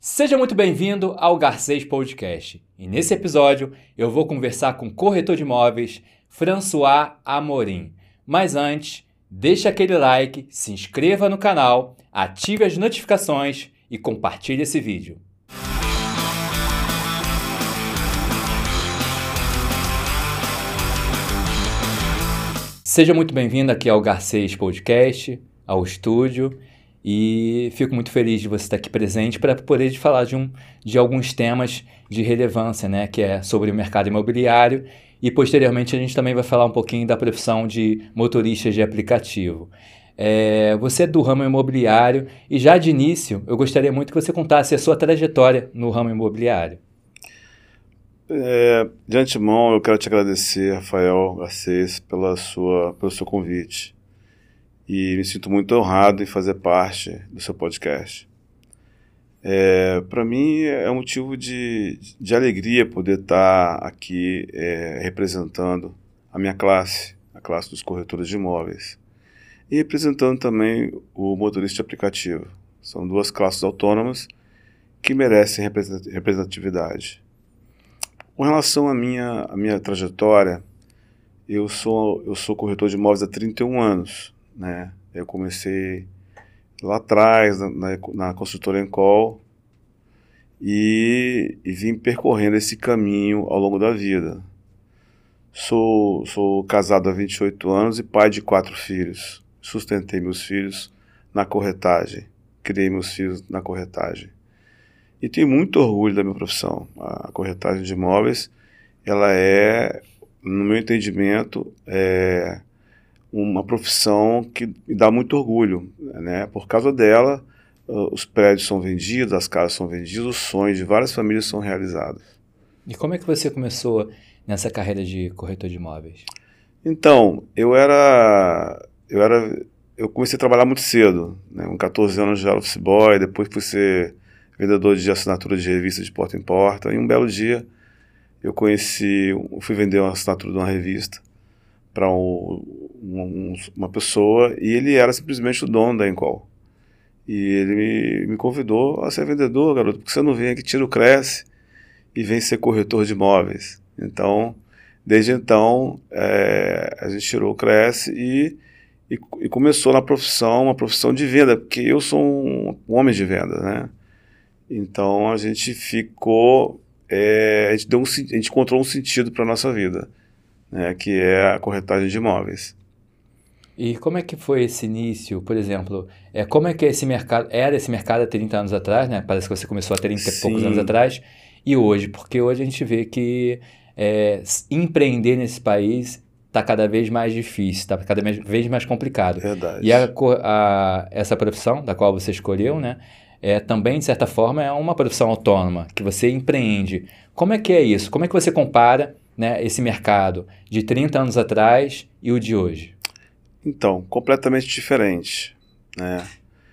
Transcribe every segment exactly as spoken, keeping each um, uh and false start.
Seja muito bem-vindo ao Garcês Podcast. E nesse episódio eu vou conversar com o corretor de imóveis François Amorim. Mas antes, deixe aquele like, se inscreva no canal, ative as notificações e compartilhe esse vídeo. Seja muito bem-vindo aqui ao Garcês Podcast, ao estúdio. E fico muito feliz de você estar aqui presente para poder falar de, um, de alguns temas de relevância, né, que é sobre o mercado imobiliário, e posteriormente a gente também vai falar um pouquinho da profissão de motorista de aplicativo. É, você é do ramo imobiliário e já de início eu gostaria muito que você contasse a sua trajetória no ramo imobiliário. É, de antemão eu quero te agradecer, Rafael Garcês, pela sua, pelo seu convite. E me sinto muito honrado em fazer parte do seu podcast. É, para mim é um motivo de, de alegria poder estar aqui é, representando a minha classe, a classe dos corretores de imóveis, e representando também o motorista de aplicativo. São duas classes autônomas que merecem representatividade. Com relação à minha, à minha trajetória, eu sou, eu sou corretor de imóveis há trinta e um anos. Né? Eu comecei lá atrás na, na, na construtora Encol e, e vim percorrendo esse caminho ao longo da vida. Sou, sou casado há vinte e oito anos e pai de quatro filhos. Sustentei meus filhos na corretagem, criei meus filhos na corretagem. E tenho muito orgulho da minha profissão. A corretagem de imóveis, ela é, no meu entendimento, é uma profissão que me dá muito orgulho, né? Por causa dela, uh, os prédios são vendidos, as casas são vendidas, os sonhos de várias famílias são realizados. E como é que você começou nessa carreira de corretor de imóveis? Então, eu era, eu era, eu comecei a trabalhar muito cedo, né? Com catorze anos já era office boy, depois fui ser vendedor de assinatura de revista de porta em porta, e um belo dia eu conheci, eu fui vender uma assinatura de uma revista para um, um, uma pessoa, e ele era simplesmente o dono da Encol. E ele me, me convidou a ser vendedor, garoto, porque você não vem aqui, tira o Cresce e vem ser corretor de imóveis. Então, desde então, é, a gente tirou o Cresce e, e, e começou na profissão, uma profissão de venda, porque eu sou um, um homem de venda, né? Então, a gente ficou, é, a, gente deu um, a gente encontrou um sentido para a nossa vida, né, que é a corretagem de imóveis. E como é que foi esse início, por exemplo, é, como é que esse mercado, era esse mercado há trinta anos atrás, né? Parece que você começou há trinta e poucos anos atrás, e hoje, porque hoje a gente vê que é, empreender nesse país está cada vez mais difícil, está cada vez mais complicado. Verdade. E a, a, essa profissão da qual você escolheu, né, é, também, de certa forma, é uma profissão autônoma, que você empreende. Como é que é isso? Como é que você compara, né, esse mercado de trinta anos atrás e o de hoje? Então, completamente diferente, né?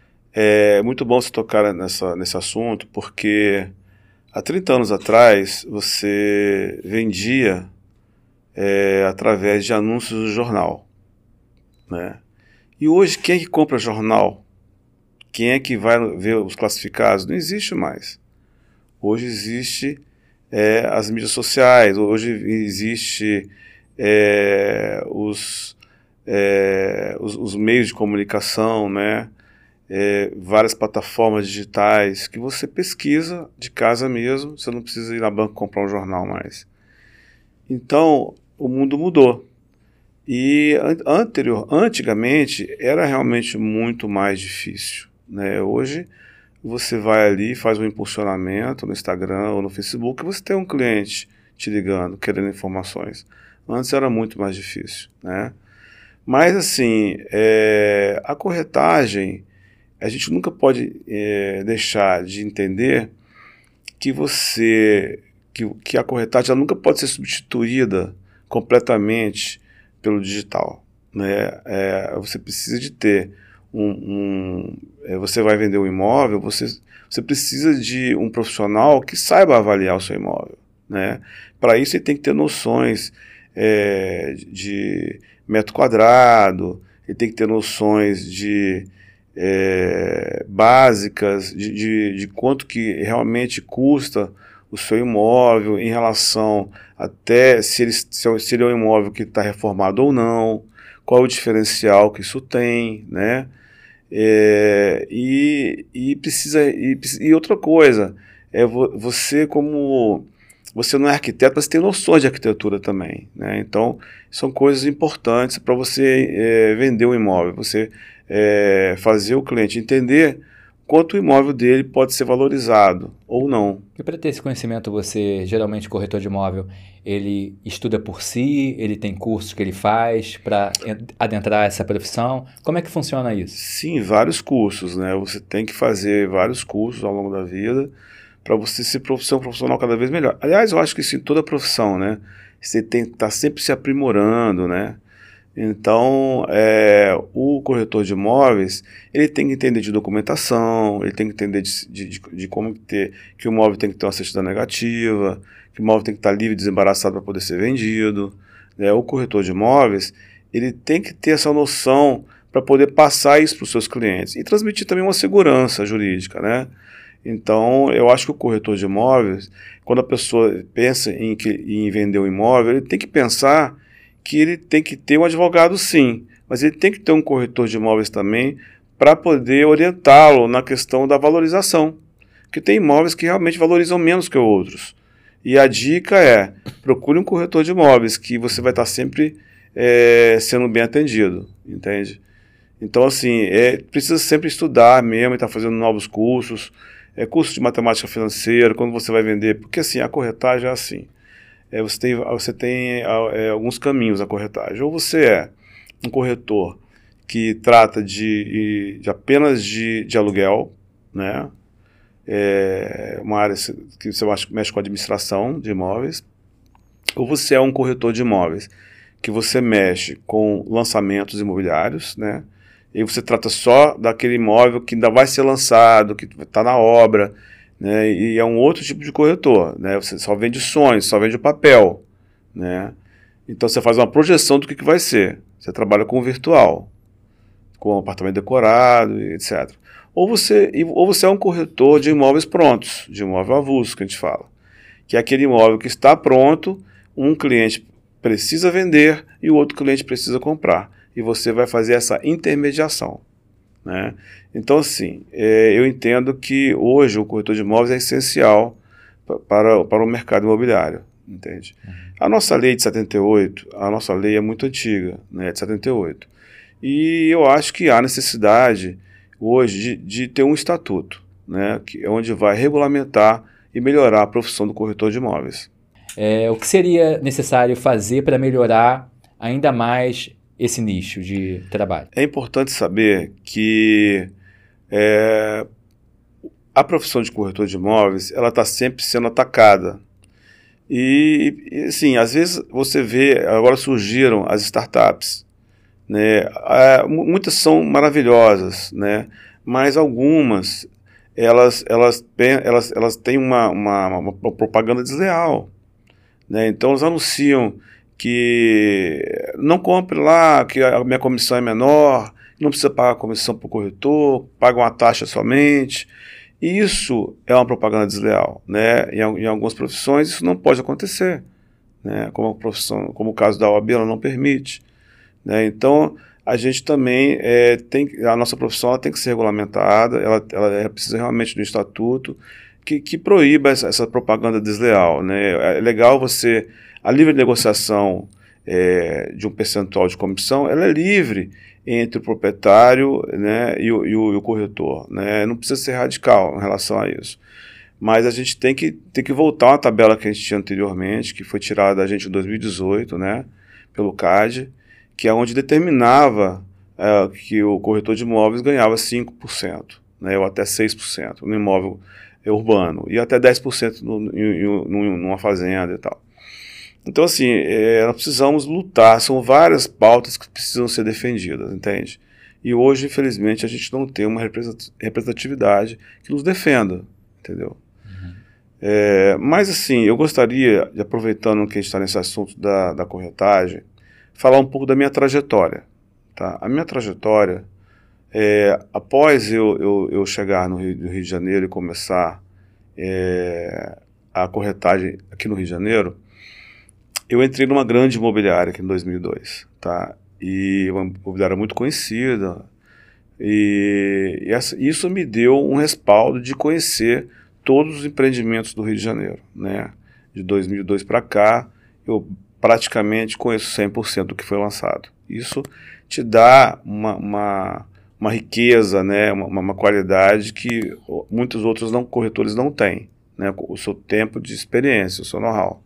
É muito bom você tocar nessa, nesse assunto, porque há trinta anos atrás você vendia é, através de anúncios do jornal, né? E hoje quem é que compra jornal? Quem é que vai ver os classificados? Não existe mais. Hoje existe é, as mídias sociais, hoje existe é, os, é, os, os meios de comunicação, né? É, várias plataformas digitais que você pesquisa de casa mesmo, você não precisa ir na banca comprar um jornal mais. Então, o mundo mudou. E anterior, antigamente era realmente muito mais difícil, né? Hoje você vai ali, faz um impulsionamento no Instagram ou no Facebook, e você tem um cliente te ligando, querendo informações. Antes era muito mais difícil, né? Mas assim, é, a corretagem, a gente nunca pode é, deixar de entender que você, que, que a corretagem ela nunca pode ser substituída completamente pelo digital, né? É, você precisa de ter um, um é, você vai vender um imóvel, você, você precisa de um profissional que saiba avaliar o seu imóvel, né? Para isso ele tem que ter noções é, de metro quadrado, ele tem que ter noções de é, básicas de, de, de quanto que realmente custa o seu imóvel em relação até se ele, se ele é um imóvel que está reformado ou não, qual é o diferencial que isso tem, né? É, e, e precisa e, e outra coisa é vo, você como você não é arquiteto, mas tem noções de arquitetura também, né? Então são coisas importantes para você é, vender um imóvel, você é, fazer o cliente entender quanto o imóvel dele pode ser valorizado ou não. E para ter esse conhecimento, você, geralmente, corretor de imóvel, ele estuda por si, ele tem cursos que ele faz para adentrar essa profissão? Como é que funciona isso? Sim, vários cursos, né? Você tem que fazer vários cursos ao longo da vida para você ser um profissional cada vez melhor. Aliás, eu acho que isso em toda profissão, né? Você tem que estar sempre se aprimorando, né? Então, é, o corretor de imóveis, ele tem que entender de documentação, ele tem que entender de, de, de como ter, que o imóvel tem que ter uma certidão negativa, que o imóvel tem que estar livre e desembaraçado para poder ser vendido, né? O corretor de imóveis, ele tem que ter essa noção para poder passar isso para os seus clientes e transmitir também uma segurança jurídica, né? Então, eu acho que o corretor de imóveis, quando a pessoa pensa em, que, em vender um imóvel, ele tem que pensar que ele tem que ter um advogado, sim, mas ele tem que ter um corretor de imóveis também para poder orientá-lo na questão da valorização, porque tem imóveis que realmente valorizam menos que outros. E a dica é, procure um corretor de imóveis, que você vai estar sempre é, sendo bem atendido, entende? Então, assim, é, precisa sempre estudar mesmo, estar fazendo novos cursos, é, curso de matemática financeira, quando você vai vender, porque assim, a corretagem é assim. É, você tem, você tem é, alguns caminhos a corretagem. Ou você é um corretor que trata de, de apenas de, de aluguel, né? É uma área que você mexe com a administração de imóveis. Ou você é um corretor de imóveis que você mexe com lançamentos imobiliários, né? E você trata só daquele imóvel que ainda vai ser lançado, que está na obra, né? E é um outro tipo de corretor, né? Você só vende sonhos, só vende papel, né? Então você faz uma projeção do que, que vai ser. Você trabalha com o virtual, com o apartamento decorado, etcétera. Ou você, ou você é um corretor de imóveis prontos, de imóvel avulso, que a gente fala, que é aquele imóvel que está pronto, um cliente precisa vender e o outro cliente precisa comprar. E você vai fazer essa intermediação, né? Então, assim, é, eu entendo que hoje o corretor de imóveis é essencial para, para o mercado imobiliário, entende? Uhum. A nossa lei de setenta e oito, a nossa lei é muito antiga, né, de setenta e oito, e eu acho que há necessidade hoje de, de ter um estatuto, né, que, onde vai regulamentar e melhorar a profissão do corretor de imóveis. É, o que seria necessário fazer para melhorar ainda mais esse nicho de trabalho? É importante saber que é, a profissão de corretor de imóveis, ela está sempre sendo atacada. E, e, assim, às vezes você vê, agora surgiram as startups, né? É, muitas são maravilhosas, né? Mas algumas, elas, elas, elas, elas têm uma, uma, uma propaganda desleal, né? Então, elas anunciam que não compre lá, que a minha comissão é menor, não precisa pagar comissão para o corretor, paga uma taxa somente. E isso é uma propaganda desleal, né? Em, em algumas profissões isso não pode acontecer, né? Como a profissão, como o caso da O A B, ela não permite, né? Então a gente também é, tem, a nossa profissão ela tem que ser regulamentada, ela, ela precisa realmente de um estatuto que, que proíba essa, essa propaganda desleal, né? É legal você, a livre negociação é, de um percentual de comissão, ela é livre entre o proprietário, né, e, o, e, o, e o corretor, né? Não precisa ser radical em relação a isso. Mas a gente tem que, tem que voltar uma tabela que a gente tinha anteriormente, que foi tirada da gente em dois mil e dezoito, né, pelo C A D, que é onde determinava é, que o corretor de imóveis ganhava cinco por cento, né, ou até seis por cento no imóvel urbano, e até dez por cento no, em, em, numa fazenda e tal. Então, assim, é, nós precisamos lutar, são várias pautas que precisam ser defendidas, entende? E hoje, infelizmente, a gente não tem uma representatividade que nos defenda, entendeu? Uhum. É, mas, assim, eu gostaria, de, aproveitando que a gente está nesse assunto da, da corretagem, falar um pouco da minha trajetória, tá? A minha trajetória, é, após eu, eu, eu chegar no Rio, no Rio de Janeiro e começar é, a corretagem aqui no Rio de Janeiro, eu entrei numa grande imobiliária aqui em dois mil e dois, tá? E uma imobiliária muito conhecida, e, e essa, isso me deu um respaldo de conhecer todos os empreendimentos do Rio de Janeiro, né? De dois mil e dois para cá, eu praticamente conheço cem por cento do que foi lançado. Isso te dá uma, uma, uma riqueza, né? uma, uma qualidade que muitos outros não, corretores não têm, né? O seu tempo de experiência, o seu know-how.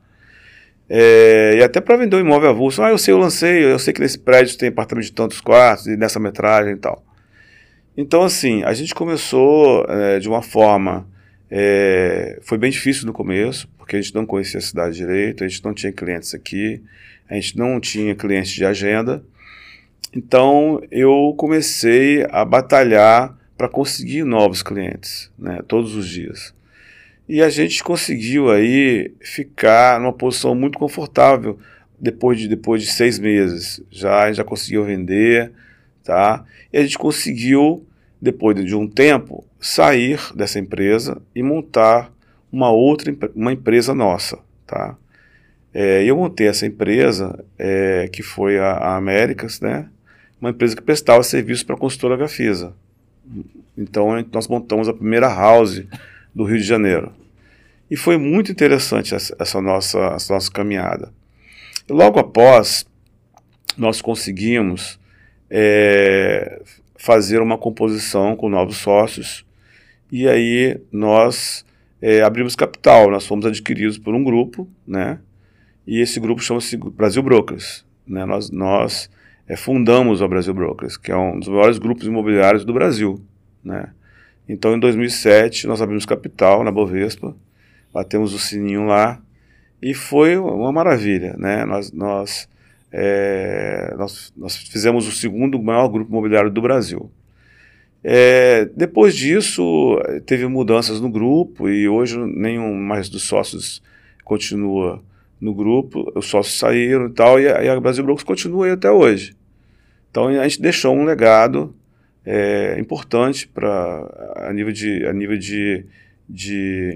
É, e até para vender um imóvel avulso, ah, eu sei, eu lancei, eu sei que nesse prédio tem apartamento de tantos quartos, e nessa metragem e tal. Então, assim, a gente começou é, de uma forma, é, foi bem difícil no começo, porque a gente não conhecia a cidade direito, a gente não tinha clientes aqui, a gente não tinha clientes de agenda. Então, eu comecei a batalhar para conseguir novos clientes, né, todos os dias. E a gente conseguiu aí ficar numa posição muito confortável depois de, depois de seis meses. Já, a gente já conseguiu vender, tá? E a gente conseguiu, depois de um tempo, sair dessa empresa e montar uma outra uma empresa nossa, tá? É, eu montei essa empresa, é, que foi a, a Américas, né? Uma empresa que prestava serviço para a consultora Gafisa. Então, nós montamos a primeira house do Rio de Janeiro. E foi muito interessante essa, essa, nossa, essa nossa caminhada. E logo após, nós conseguimos é, fazer uma composição com novos sócios, e aí nós é, abrimos capital, nós fomos adquiridos por um grupo, né? E esse grupo chama-se Brasil Brokers. Né? Nós, nós é, fundamos a Brasil Brokers, que é um dos maiores grupos imobiliários do Brasil, né? Então, em dois mil e sete, nós abrimos capital na Bovespa, batemos o sininho lá, e foi uma maravilha, né? Nós, nós, é, nós, nós fizemos o segundo maior grupo imobiliário do Brasil. É, depois disso, teve mudanças no grupo, e hoje nenhum mais dos sócios continua no grupo, os sócios saíram e tal, e a, e a Brasil Brokers continua aí até hoje. Então, a gente deixou um legado é, importante pra, a nível de, a nível de, de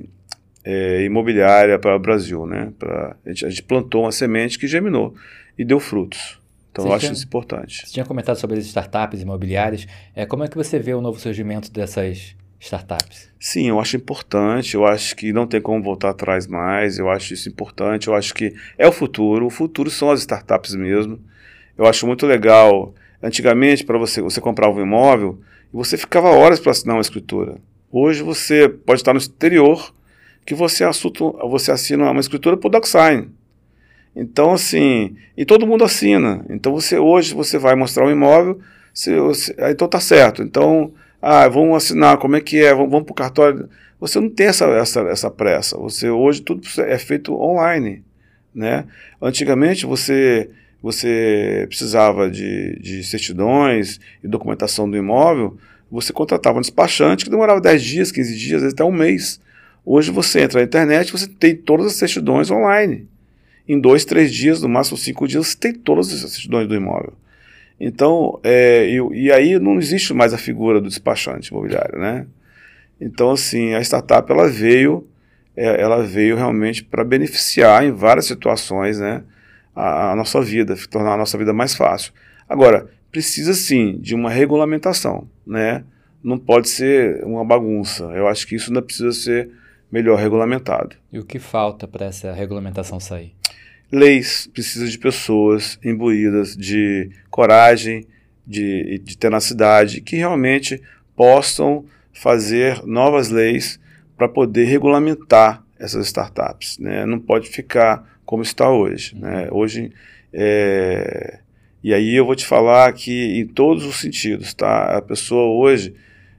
é, imobiliária para o Brasil, né? Pra, a, gente, a gente plantou uma semente que germinou e deu frutos. Então, você eu acho tinha, isso importante. Você tinha comentado sobre as startups imobiliárias. É, como é que você vê o novo surgimento dessas startups? Sim, eu acho importante. Eu acho que não tem como voltar atrás mais. Eu acho isso importante. Eu acho que é o futuro. O futuro são as startups mesmo. Eu acho muito legal. Antigamente, para você, você comprava um imóvel e você ficava horas para assinar uma escritura. Hoje você pode estar no exterior que você, assunto, você assina uma escritura por DocuSign. Então, assim, e todo mundo assina. Então, você hoje você vai mostrar um imóvel, você, você, então tá certo. Então, ah, vamos assinar, como é que é? Vamos, vamos para o cartório. Você não tem essa, essa, essa pressa. Você, hoje tudo é feito online, né? Antigamente, você, você precisava de, de certidões e documentação do imóvel, você contratava um despachante que demorava dez dias, quinze dias, às vezes até um mês. Hoje você entra na internet, você tem todas as certidões online. Em dois, três dias, no máximo cinco dias, você tem todas as certidões do imóvel. Então, é, e, e aí não existe mais a figura do despachante imobiliário, né? Então, assim, a startup, ela veio, é, ela veio realmente para beneficiar em várias situações, né, a, a nossa vida, tornar a nossa vida mais fácil. Agora, precisa sim de uma regulamentação, né? Não pode ser uma bagunça. Eu acho que isso ainda precisa ser melhor regulamentado. E o que falta para essa regulamentação sair? Leis, precisa de pessoas imbuídas de coragem, de, de tenacidade, que realmente possam fazer novas leis para poder regulamentar essas startups, né? Não pode ficar como está hoje, uhum. né? Hoje, é... e aí eu vou te falar que em todos os sentidos, tá? A pessoa hoje,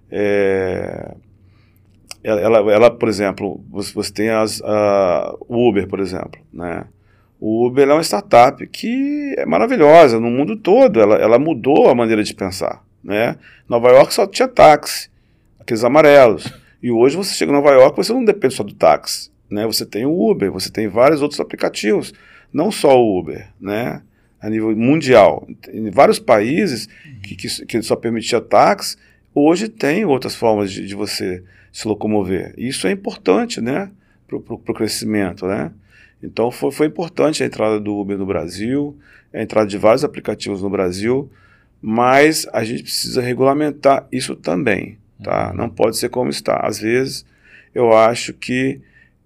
é... ela, ela, ela, por exemplo, você, você tem as, a, o Uber, por exemplo, né? O Uber é uma startup que é maravilhosa no mundo todo, ela, ela mudou a maneira de pensar, né? Nova York só tinha táxi, aqueles amarelos, e hoje você chega em Nova York, você não depende só do táxi, né? Você tem o Uber, você tem vários outros aplicativos, não só o Uber, né? a nível mundial. Em vários países que, que, que só permitia táxi, hoje tem outras formas de, de você se locomover. Isso é importante, né, para o crescimento, né? Então foi, foi importante a entrada do Uber no Brasil, a entrada de vários aplicativos no Brasil, mas a gente precisa regulamentar isso também, tá? Não pode ser como está. Às vezes, eu acho que,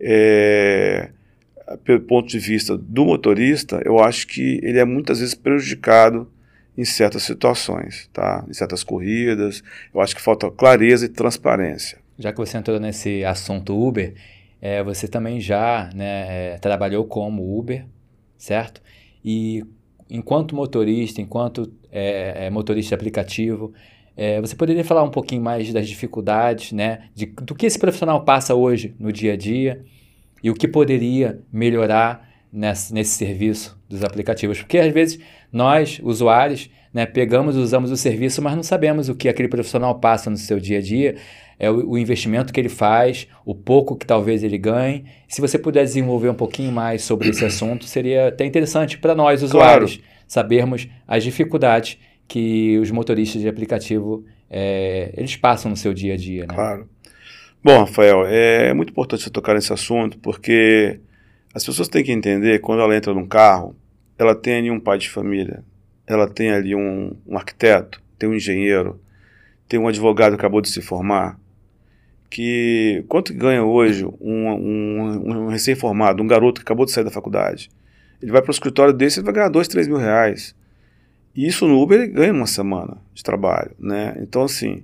é, pelo ponto de vista do motorista, eu acho que ele é muitas vezes prejudicado em certas situações, tá? Em certas corridas. Eu acho que falta clareza e transparência. Já que você entrou nesse assunto Uber, é, você também já, né, é, trabalhou como Uber, certo? E enquanto motorista, enquanto é, é, motorista de aplicativo, é, você poderia falar um pouquinho mais das dificuldades, né, de, do que esse profissional passa hoje no dia a dia e o que poderia melhorar nesse, nesse serviço dos aplicativos? Porque às vezes nós, usuários, né, pegamos e usamos o serviço, mas não sabemos o que aquele profissional passa no seu dia a dia, é o, o investimento que ele faz, o pouco que talvez ele ganhe. Se você puder desenvolver um pouquinho mais sobre esse assunto, seria até interessante para nós, usuários, claro, sabermos as dificuldades que os motoristas de aplicativo é, eles passam no seu dia a dia, né? Claro. Bom, Rafael, é muito importante você tocar nesse assunto, porque as pessoas têm que entender, quando ela entra num carro, ela tem ali um pai de família, ela tem ali um, um arquiteto, tem um engenheiro, tem um advogado que acabou de se formar, que quanto ganha hoje um, um, um recém-formado, um garoto que acabou de sair da faculdade? Ele vai para o escritório desse e vai ganhar dois, três mil reais. E isso no Uber ele ganha uma semana de trabalho, né? Então, assim,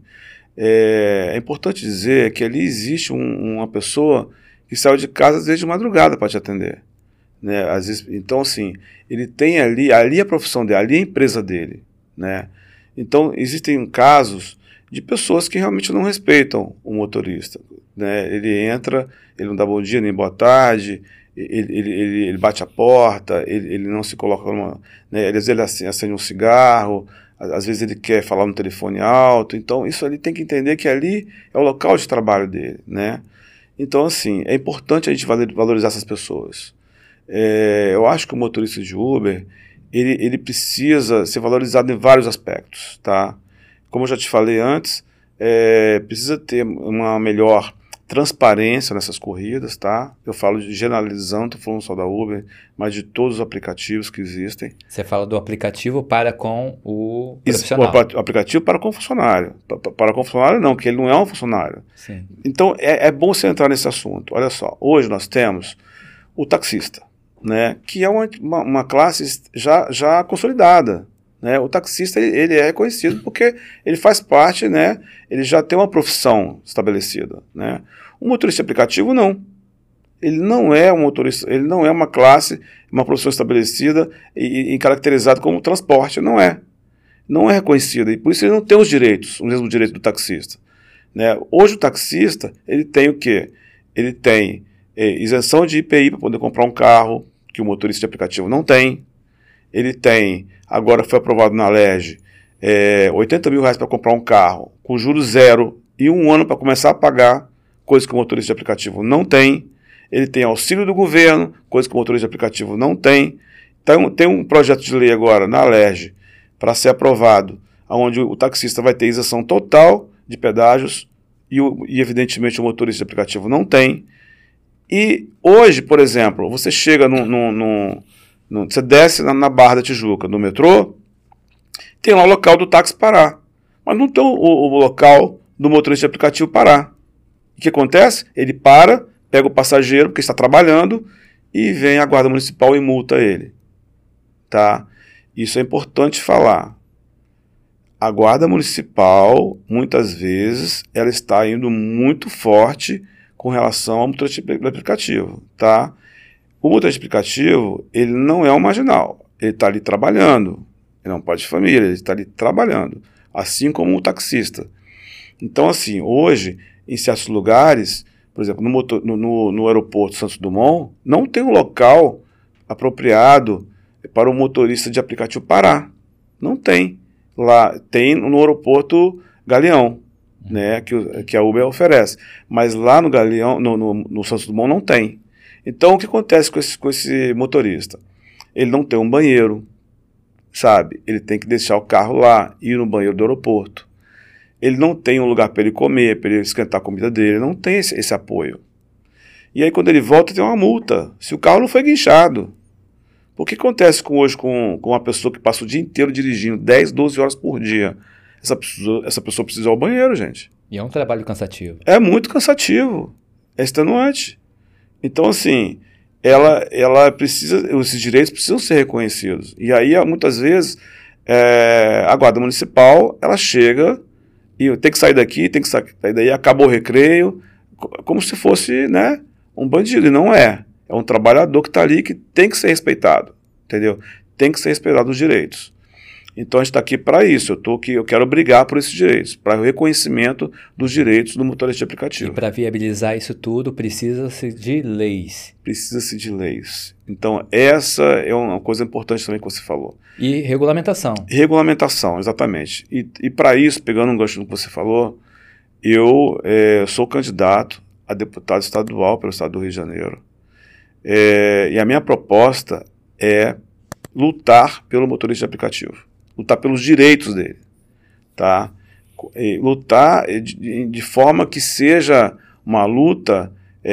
é, é importante dizer que ali existe um, uma pessoa que saiu de casa às vezes de madrugada para te atender, né? Às vezes, então, assim, ele tem ali, ali é a profissão dele, ali é a empresa dele, né? Então, existem casos de pessoas que realmente não respeitam o motorista, né? Ele entra, ele não dá bom dia nem boa tarde, ele, ele, ele, ele bate a porta, ele, ele não se coloca numa, né? Às vezes ele acende um cigarro, às vezes ele quer falar no telefone alto. Então isso ali tem que entender que ali é o local de trabalho dele, né? Então, assim, é importante a gente valorizar essas pessoas. É, eu acho que o motorista de Uber ele, ele precisa ser valorizado em vários aspectos, tá? Como eu já te falei antes, é, precisa ter uma melhor transparência nessas corridas, tá? Eu falo de generalizando, estou falando só da Uber, mas de todos os aplicativos que existem. Você fala do aplicativo para com o profissional. O aplicativo para com o funcionário. Para com o funcionário não, porque ele não é um funcionário. Sim. Então, é, é bom você entrar nesse assunto. Olha só, hoje nós temos o taxista, né? Que é uma, uma, uma classe já, já consolidada. Né? O taxista ele, ele é reconhecido porque ele faz parte, né? Ele já tem uma profissão estabelecida, né? O motorista de aplicativo não, ele não é um motorista, ele não é uma classe, uma profissão estabelecida e, e caracterizado como transporte, não é, não é reconhecido e por isso ele não tem os direitos, o mesmo direito do taxista, né? Hoje o taxista ele tem o quê? Ele tem é, isenção de I P I para poder comprar um carro que o motorista de aplicativo não tem. Ele tem, agora foi aprovado na L E G, é, oitenta mil reais para comprar um carro com juros zero e um ano para começar a pagar, coisa que o motorista de aplicativo não tem. Ele tem auxílio do governo, coisa que o motorista de aplicativo não tem. Então, tem um projeto de lei agora na L E G para ser aprovado, onde o taxista vai ter isenção total de pedágios e, o, e, evidentemente, o motorista de aplicativo não tem. E hoje, por exemplo, você chega no... no, no No, você desce na, na Barra da Tijuca, no metrô, tem lá o local do táxi parar, mas não tem o, o, o local do motorista de aplicativo parar. O que acontece? Ele para, pega o passageiro, porque está trabalhando, e vem a guarda municipal e multa ele. Tá? Isso é importante falar. A guarda municipal, muitas vezes, ela está indo muito forte com relação ao motorista de aplicativo. Tá? O motorista aplicativo, ele não é um marginal, ele está ali trabalhando, ele não pode de família, ele está ali trabalhando, assim como o taxista. Então, assim, hoje, em certos lugares, por exemplo, no, motor, no, no, no aeroporto Santos Dumont, não tem um local apropriado para o motorista de aplicativo parar. Não tem. Lá tem no aeroporto Galeão, né, que, que a Uber oferece, mas lá no Galeão, no, no, no Santos Dumont não tem. Então, o que acontece com esse, com esse motorista? Ele não tem um banheiro, sabe? Ele tem que deixar o carro lá, ir no banheiro do aeroporto. Ele não tem um lugar para ele comer, para ele esquentar a comida dele, não tem esse, esse apoio. E aí quando ele volta tem uma multa, se o carro não foi guinchado. O que acontece com, hoje com, com uma pessoa que passa o dia inteiro dirigindo dez, doze horas por dia? Essa pessoa, essa pessoa precisa ir ao banheiro, gente. E é um trabalho cansativo. É muito cansativo, é extenuante. Então, assim, ela, ela precisa, esses direitos precisam ser reconhecidos. E aí, muitas vezes, é, a guarda municipal, ela chega e tem que sair daqui, tem que sair daí, acabou o recreio, como se fosse, né, um bandido, e não é. É um trabalhador que está ali que tem que ser respeitado, entendeu? Tem que ser respeitado os direitos. Então a gente está aqui para isso, eu, tô aqui, eu quero brigar por esses direitos, para o reconhecimento dos direitos do motorista de aplicativo. E para viabilizar isso tudo, precisa-se de leis. Precisa-se de leis. Então essa é uma coisa importante também que você falou. E regulamentação. Regulamentação, exatamente. E, e para isso, pegando um gancho no que você falou, eu é, sou candidato a deputado estadual pelo estado do Rio de Janeiro. É, e a minha proposta é lutar pelo motorista de aplicativo, lutar pelos direitos dele, tá? E lutar de, de forma que seja uma luta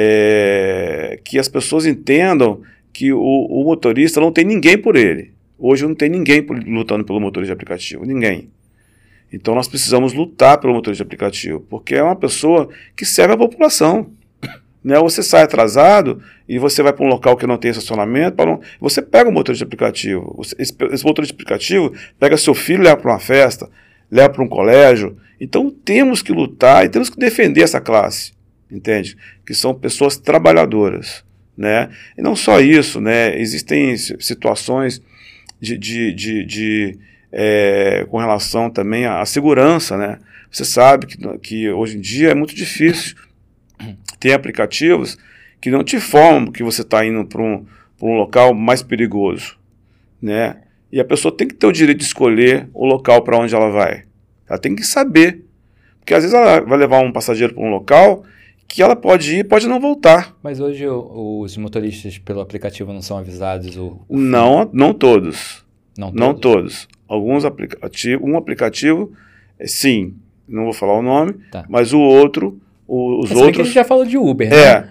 é, que as pessoas entendam que o, o motorista não tem ninguém por ele. Hoje não tem ninguém por, lutando pelo motorista de aplicativo, ninguém. Então nós precisamos lutar pelo motorista de aplicativo, porque é uma pessoa que serve à população. Né, você sai atrasado e você vai para um local que não tem estacionamento, não, você pega o motorista de aplicativo, você, esse, esse motorista de aplicativo pega seu filho, leva para uma festa, leva para um colégio. Então temos que lutar e temos que defender essa classe, entende? Que são pessoas trabalhadoras, né? E não só isso, né? Existem situações de, de, de, de é, com relação também à, à segurança, né? Você sabe que, que hoje em dia é muito difícil. Tem aplicativos que não te informam que você está indo para um, para um local mais perigoso, né? E a pessoa tem que ter o direito de escolher o local para onde ela vai. Ela tem que saber. Porque às vezes ela vai levar um passageiro para um local que ela pode ir e pode não voltar. Mas hoje o, os motoristas pelo aplicativo não são avisados? O, o não, não todos. Não todos? Não todos. Alguns aplicativos, um aplicativo, sim, não vou falar o nome, tá. Mas o outro... Os Mas outros... que a gente já falou de Uber, né? É,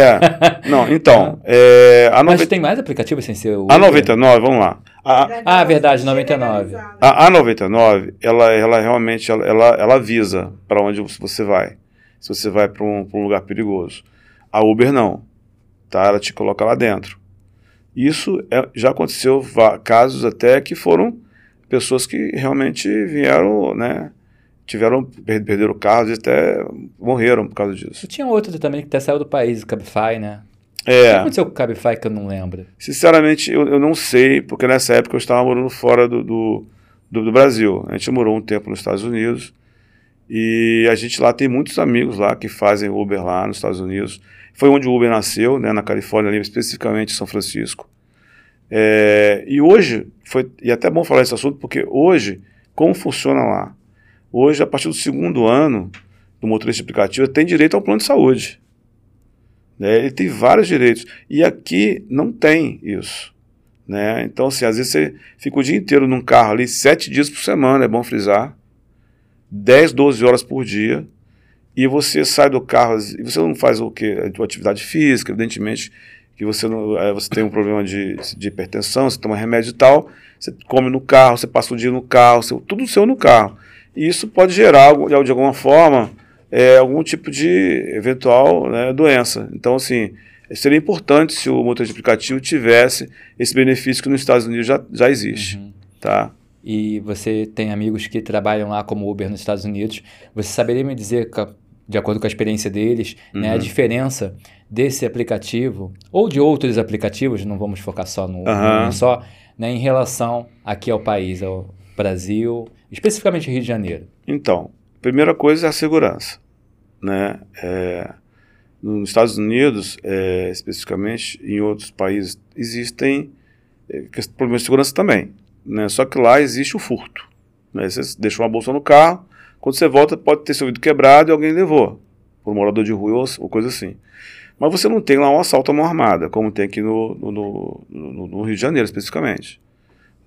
é. Não, então... É, a Mas noventa... tem mais aplicativos sem ser o Uber? A noventa e nove, vamos lá. A, ah, verdade, noventa e nove. A, a noventa e nove, ela, ela realmente ela, ela, ela avisa para onde você vai. Se você vai para um, um lugar perigoso. A Uber não. Tá? Ela te coloca lá dentro. Isso é, já aconteceu casos até que foram pessoas que realmente vieram, né... tiveram, perderam carros e até morreram por causa disso. E tinha outro também que até saiu do país, o Cabify, né? É. O que aconteceu com o Cabify que eu não lembro? Sinceramente, eu, eu não sei, porque nessa época eu estava morando fora do, do, do, do Brasil. A gente morou um tempo nos Estados Unidos e a gente lá tem muitos amigos lá que fazem Uber lá nos Estados Unidos. Foi onde o Uber nasceu, né, na Califórnia, ali, especificamente em São Francisco. É, e hoje, foi, e é até bom falar esse assunto, porque hoje, como funciona lá? Hoje, a partir do segundo ano do motorista de aplicativo, tem direito ao plano de saúde. Né? Ele tem vários direitos. E aqui não tem isso. Né? Então, assim, às vezes você fica o dia inteiro num carro ali, sete dias por semana, é bom frisar, dez, doze horas por dia, e você sai do carro, e você não faz o quê? Atividade física, evidentemente, que você, não, você tem um problema de, de hipertensão, você toma remédio e tal, você come no carro, você passa o dia no carro, você, tudo seu no carro. E isso pode gerar, de alguma forma, é, algum tipo de eventual, né, doença. Então, assim, seria importante se o motorista de aplicativo tivesse esse benefício que nos Estados Unidos já, já existe. Uhum. Tá? E você tem amigos que trabalham lá como Uber nos Estados Unidos. Você saberia me dizer, de acordo com a experiência deles, uhum. né, a diferença desse aplicativo, ou de outros aplicativos, não vamos focar só no uhum. Uber só, né, em relação aqui ao país, ao Brasil, especificamente Rio de Janeiro? Então, primeira coisa é a segurança. Né? É, nos Estados Unidos, é, especificamente, em outros países, existem é, problemas de segurança também. Né? Só que lá existe o furto. Né? Você deixou uma bolsa no carro, quando você volta pode ter seu vidro quebrado e alguém levou, por um morador de rua ou, ou coisa assim. Mas você não tem lá um assalto à mão armada, como tem aqui no, no, no, no Rio de Janeiro, especificamente.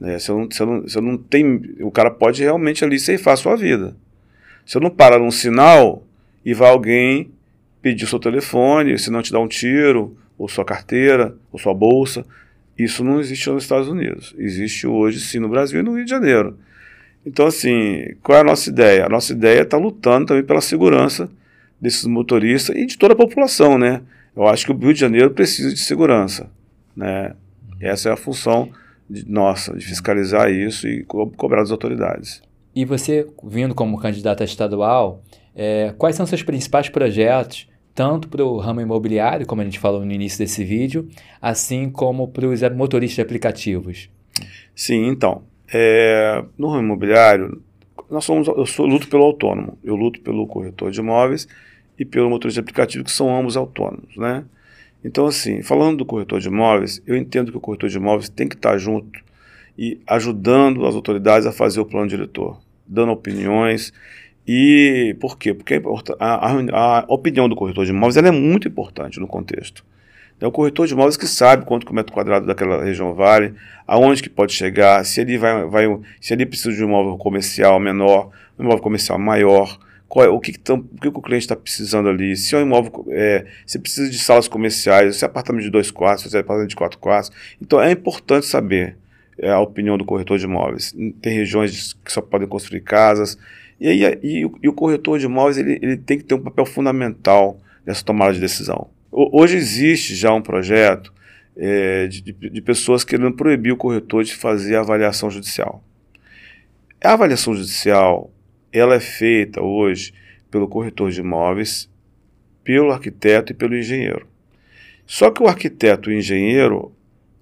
Né? Você não, você não, você não tem, o cara pode realmente ali ceifar a sua vida. Você não para num sinal e vai alguém pedir o seu telefone, se não te dá um tiro, ou sua carteira, ou sua bolsa. Isso não existe nos Estados Unidos. Existe hoje, sim, no Brasil e no Rio de Janeiro. Então, assim, qual é a nossa ideia? A nossa ideia é estar lutando também pela segurança desses motoristas e de toda a população, né? Eu acho que o Rio de Janeiro precisa de segurança, né? Essa é a função de, nossa, de fiscalizar isso e co cobrar das autoridades. E você, vindo como candidato a estadual, é, quais são seus principais projetos, tanto para o ramo imobiliário, como a gente falou no início desse vídeo, assim como para os motoristas de aplicativos? Sim, então, é, no ramo imobiliário, nós somos, eu sou, luto pelo autônomo, eu luto pelo corretor de imóveis e pelo motorista de aplicativo, que são ambos autônomos, né? Então, assim, falando do corretor de imóveis, eu entendo que o corretor de imóveis tem que estar junto e ajudando as autoridades a fazer o plano diretor, dando opiniões. E por quê? Porque a, a, a opinião do corretor de imóveis ela é muito importante no contexto. É o corretor de imóveis que sabe quanto que o metro quadrado daquela região vale, aonde que pode chegar, se ele, vai, vai, se ele precisa de um imóvel comercial menor, um imóvel comercial maior, qual é, o, que, que tão, o que o cliente está precisando ali, se é um imóvel, é, se precisa de salas comerciais, se é apartamento de dois quartos, se é apartamento de quatro quartos. Então é importante saber é, a opinião do corretor de imóveis. Tem regiões que só podem construir casas, e, aí, e, e o corretor de imóveis ele, ele tem que ter um papel fundamental nessa tomada de decisão. Hoje existe já um projeto é, de, de pessoas querendo proibir o corretor de fazer a avaliação judicial. A avaliação judicial ela é feita hoje pelo corretor de imóveis, pelo arquiteto e pelo engenheiro. Só que o arquiteto e o engenheiro,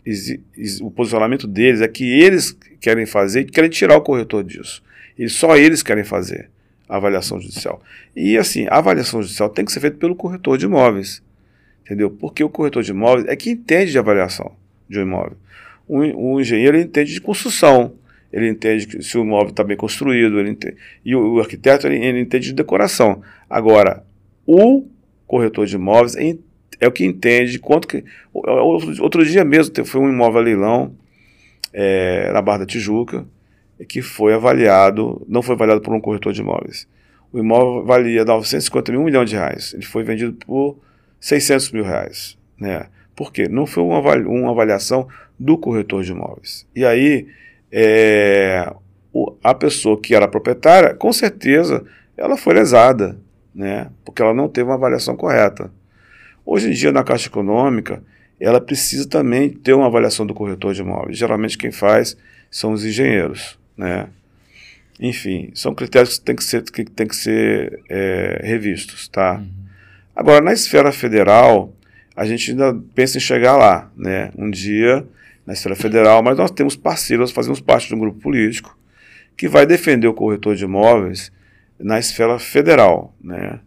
o posicionamento deles é que eles querem fazer e querem tirar o corretor disso. E só eles querem fazer a avaliação judicial. E assim, a avaliação judicial tem que ser feita pelo corretor de imóveis. Entendeu? Porque o corretor de imóveis é que entende de avaliação de um imóvel. O, o engenheiro ele entende de construção, ele entende que se o imóvel está bem construído, ele entende, e o, o arquiteto ele, ele entende de decoração. Agora, o corretor de imóveis é, é o que entende de quanto que... Outro, outro dia mesmo foi um imóvel a leilão é, na Barra da Tijuca, que foi avaliado, não foi avaliado por um corretor de imóveis. O imóvel valia novecentos e cinquenta mil, um milhão de reais. Ele foi vendido por seiscentos mil reais, né? Por quê? Não foi uma, avali uma avaliação do corretor de imóveis. E aí, é, o, a pessoa que era proprietária, com certeza, ela foi lesada, né? Porque ela não teve uma avaliação correta. Hoje em dia, na Caixa Econômica, ela precisa também ter uma avaliação do corretor de imóveis. Geralmente, quem faz são os engenheiros, né? Enfim, são critérios que têm que ser, que têm que ser é, revistos, tá? Uhum. Agora, na esfera federal, a gente ainda pensa em chegar lá, né? Um dia, na esfera federal, mas nós temos parceiros, fazemos parte de um grupo político que vai defender o corretor de imóveis na esfera federal, né?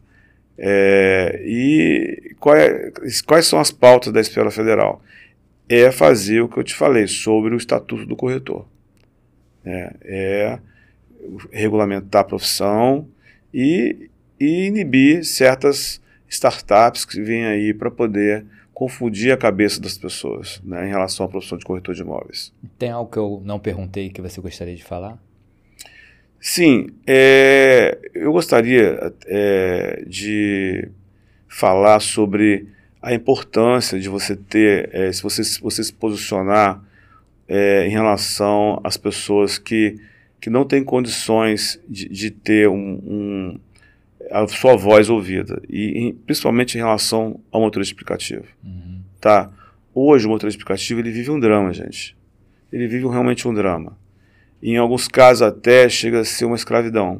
É, e qual é, quais são as pautas da esfera federal? É fazer o que eu te falei sobre o estatuto do corretor. É, é regulamentar a profissão e, e inibir certas startups que vêm aí para poder confundir a cabeça das pessoas, né, em relação à profissão de corretor de imóveis. Tem algo que eu não perguntei que você gostaria de falar? Sim, é, eu gostaria é, de falar sobre a importância de você ter, é, se você, você se posicionar é, em relação às pessoas que, que não têm condições de, de ter um, um a sua voz ouvida, e, e principalmente em relação ao motorista aplicativo. Uhum. Tá? Hoje o motorista aplicativo ele vive um drama, gente. Ele vive realmente um drama. E em alguns casos até chega a ser uma escravidão.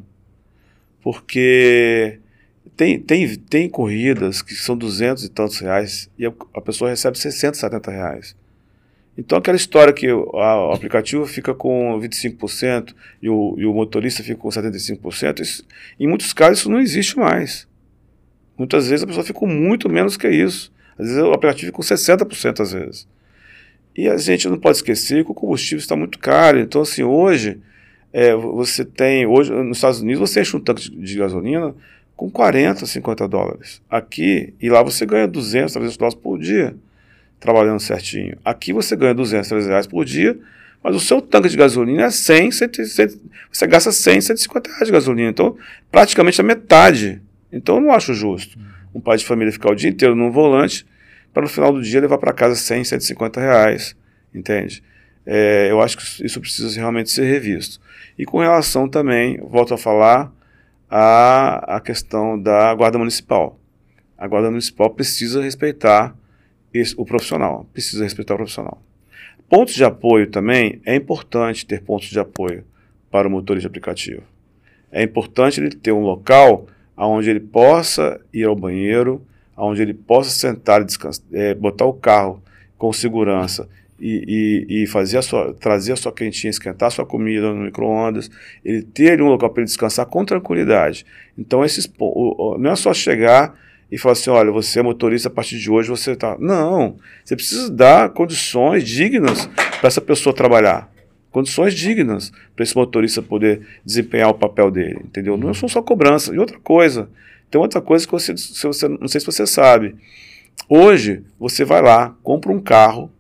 Porque tem, tem, tem corridas que são duzentos e tantos reais e a, a pessoa recebe sessenta, setenta reais. Então aquela história que o, a, o aplicativo fica com vinte e cinco por cento e o, e o motorista fica com setenta e cinco por cento, isso, em muitos casos isso não existe mais. Muitas vezes a pessoa fica com muito menos que isso. Às vezes o aplicativo fica com sessenta por cento às vezes. E a gente não pode esquecer que o combustível está muito caro. Então assim, hoje, é, você tem, hoje nos Estados Unidos você enche um tanque de, de gasolina com quarenta, cinquenta dólares. Aqui, e lá você ganha duzentos, trezentos dólares por dia, trabalhando certinho. Aqui você ganha duzentos, trezentos reais por dia Mas o seu tanque de gasolina é cem, cem, cem, você gasta cem, cento e cinquenta reais de gasolina. Então, praticamente a metade. Então, eu não acho justo um pai de família ficar o dia inteiro num volante para no final do dia levar para casa cem, cento e cinquenta reais. Entende? É, eu acho que isso precisa realmente ser revisto. E com relação também, volto a falar, a, a questão da Guarda Municipal. A Guarda Municipal precisa respeitar esse, o profissional. Precisa respeitar o profissional. Pontos de apoio também, é importante ter pontos de apoio para o motorista de aplicativo. É importante ele ter um local onde ele possa ir ao banheiro, onde ele possa sentar e descansar, é, botar o carro com segurança e, e, e fazer a sua, trazer a sua quentinha, esquentar a sua comida no micro-ondas, ele ter um local para ele descansar com tranquilidade. Então, esses, o, o, não é só chegar e falar assim, olha, você é motorista, a partir de hoje você está... Não, você precisa dar condições dignas para essa pessoa trabalhar. Condições dignas para esse motorista poder desempenhar o papel dele, entendeu? Não são só cobrança. E outra coisa, tem outra coisa que você, se você, não sei se você sabe. Hoje, você vai lá, compra um carro,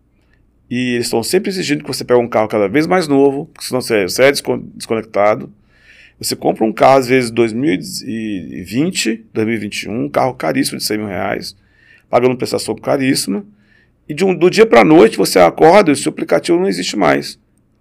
e eles estão sempre exigindo que você pegue um carro cada vez mais novo, porque senão você, você é desconectado. Você compra um carro, às vezes, dois mil e vinte, dois mil e vinte e um, um carro caríssimo de cem mil reais, pagando prestação caríssima, e de um, do dia para a noite você acorda e o seu aplicativo não existe mais.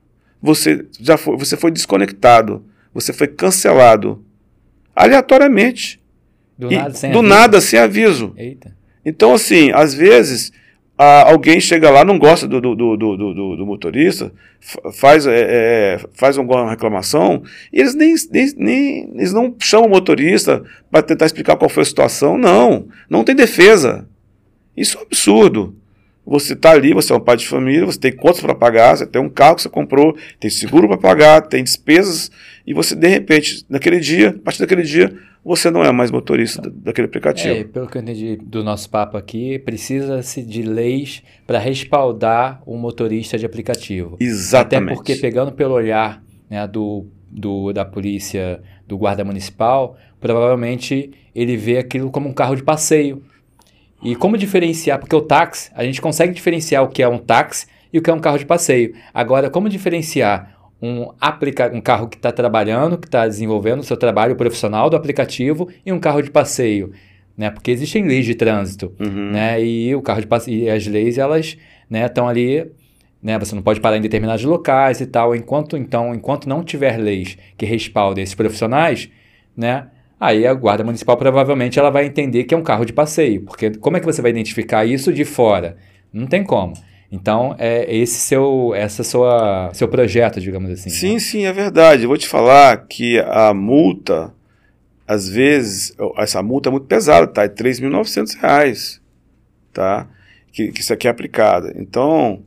Você, já foi, você foi desconectado, você foi cancelado, aleatoriamente. Do e, nada, sem do aviso? nada, sem aviso. Eita. Então, assim, às vezes... Ah, alguém chega lá, não gosta do, do, do, do, do, do motorista, faz, é, é, faz alguma reclamação, e eles, nem, nem, nem, eles não chamam o motorista para tentar explicar qual foi a situação. Não, não tem defesa. Isso é um absurdo. Você está ali, você é um pai de família, você tem contas para pagar, você tem um carro que você comprou, tem seguro para pagar, tem despesas, e você, de repente, naquele dia, a partir daquele dia, você não é mais motorista então, daquele aplicativo. É, pelo que eu entendi do nosso papo aqui, precisa-se de leis para respaldar o motorista de aplicativo. Exatamente. Até porque, pegando pelo olhar, né, do, do, da polícia, do guarda municipal, provavelmente ele vê aquilo como um carro de passeio. E como diferenciar? Porque o táxi, a gente consegue diferenciar o que é um táxi e o que é um carro de passeio. Agora, como diferenciar um, aplica um carro que está trabalhando, que está desenvolvendo o seu trabalho profissional do aplicativo e um carro de passeio? Né? Porque existem leis de trânsito, uhum. né? E o carro de passeio, e as leis, elas estão, né, ali, né? Você não pode parar em determinados locais e tal. Enquanto, então, enquanto não tiver leis que respaldem esses profissionais, né? Aí a guarda municipal provavelmente ela vai entender que é um carro de passeio, porque como é que você vai identificar isso de fora? Não tem como. Então, é esse seu, essa sua, seu projeto, digamos assim. Sim, né? sim, é verdade. Eu vou te falar que a multa, às vezes, essa multa é muito pesada, tá? É três mil e novecentos reais, tá? Que, que isso aqui é aplicada. Então,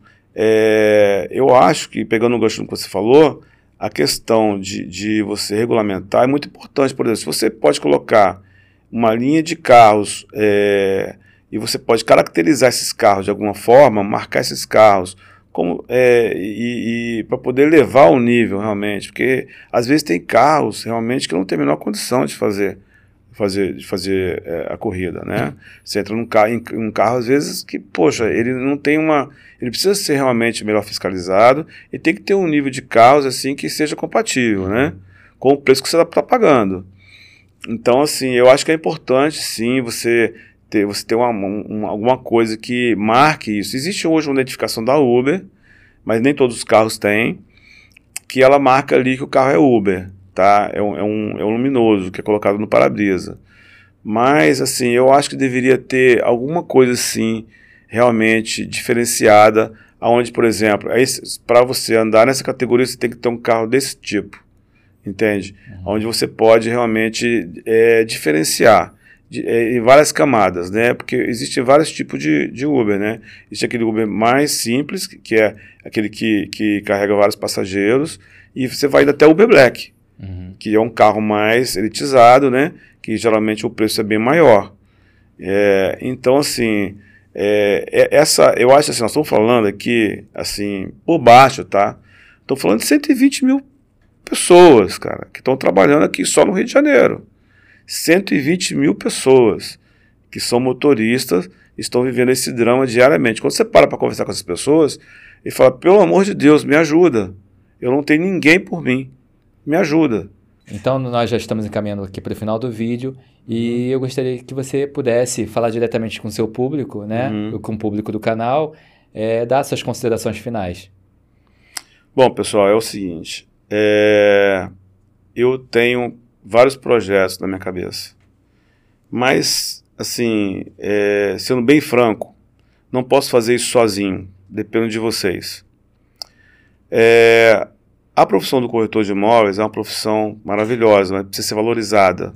é, eu acho que, pegando o gancho que você falou, a questão de, de você regulamentar é muito importante. Por exemplo, se você pode colocar uma linha de carros é, e você pode caracterizar esses carros de alguma forma, marcar esses carros como, é, e, e para poder levar o nível realmente, porque às vezes tem carros realmente que não tem a menor condição de fazer, fazer, de fazer é, a corrida, né? Você entra num carro, em um carro às vezes que, poxa, ele não tem uma... Ele precisa ser realmente melhor fiscalizado e tem que ter um nível de carros assim que seja compatível, né? Com o preço que você está pagando. Então, assim, eu acho que é importante, sim, você ter, você ter uma, uma, alguma coisa que marque isso. Existe hoje uma identificação da Uber, mas nem todos os carros têm, que ela marca ali que o carro é Uber, tá? É um, é um, é um luminoso que é colocado no para-brisa. Mas, assim, eu acho que deveria ter alguma coisa assim, realmente diferenciada, onde, por exemplo, para você andar nessa categoria, você tem que ter um carro desse tipo, entende? Uhum. Onde você pode realmente é, diferenciar de, é, em várias camadas, né? Porque existem vários tipos de, de Uber, né? Existe aquele Uber mais simples, que é aquele que, que carrega vários passageiros, e você vai indo até o Uber Black, uhum. que é um carro mais elitizado, né? Que geralmente o preço é bem maior. É, então, assim... É, essa, eu acho assim, nós estamos falando aqui, assim, por baixo, tá? Estou falando de cento e vinte mil pessoas, cara, que estão trabalhando aqui só no Rio de Janeiro. cento e vinte mil pessoas que são motoristas, estão vivendo esse drama diariamente. Quando você para para conversar com essas pessoas, e fala, pelo amor de Deus, me ajuda. Eu não tenho ninguém por mim. Me ajuda. Então, nós já estamos encaminhando aqui para o final do vídeo e eu gostaria que você pudesse falar diretamente com o seu público, né? Uhum. Com o público do canal, é, dar suas considerações finais. Bom, pessoal, é o seguinte. É... Eu tenho vários projetos na minha cabeça. Mas, assim, é... sendo bem franco, não posso fazer isso sozinho. Dependo de vocês. É... A profissão do corretor de imóveis é uma profissão maravilhosa, mas precisa ser valorizada.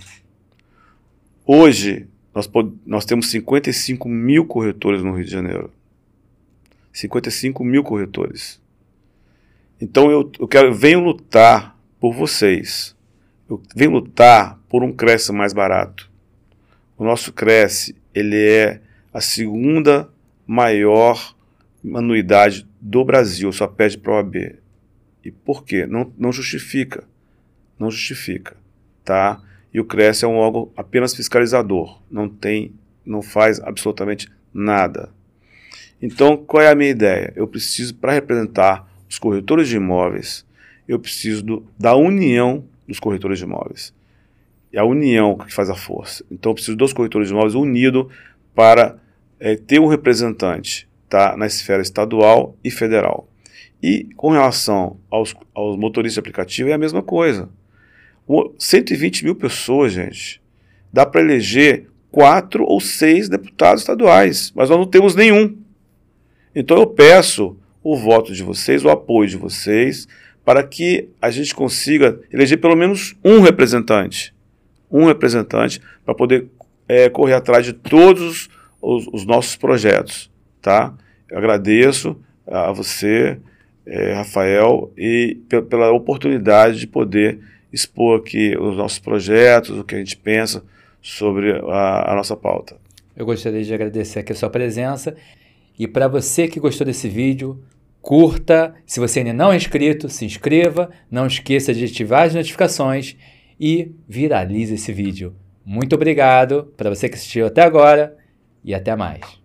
Hoje, nós, pod- nós temos cinquenta e cinco mil corretores no Rio de Janeiro. cinquenta e cinco mil corretores. Então, eu, eu, quero, eu venho lutar por vocês. Eu venho lutar por um Cresce mais barato. O nosso Cresce, ele é a segunda maior anuidade do Brasil, só perde para a O A B. E por quê? Não, não justifica. Não justifica. Tá? E o Cresce é um órgão apenas fiscalizador. Não tem, não faz absolutamente nada. Então, qual é a minha ideia? Eu preciso, para representar os corretores de imóveis, eu preciso do, da união dos corretores de imóveis. É a união que faz a força. Então, eu preciso dos corretores de imóveis unidos para é, ter um representante, tá, na esfera estadual e federal. E com relação aos, aos motoristas de aplicativo, é a mesma coisa. cento e vinte mil pessoas, gente. Dá para eleger quatro ou seis deputados estaduais, mas nós não temos nenhum. Então eu peço o voto de vocês, o apoio de vocês, para que a gente consiga eleger pelo menos um representante. Um representante para poder é, correr atrás de todos os, os nossos projetos. Tá? Eu agradeço a você, É, Rafael, e pela oportunidade de poder expor aqui os nossos projetos, o que a gente pensa sobre a, a nossa pauta. Eu gostaria de agradecer aqui a sua presença e para você que gostou desse vídeo, curta, se você ainda não é inscrito, se inscreva, não esqueça de ativar as notificações e viralize esse vídeo. Muito obrigado para você que assistiu até agora e até mais.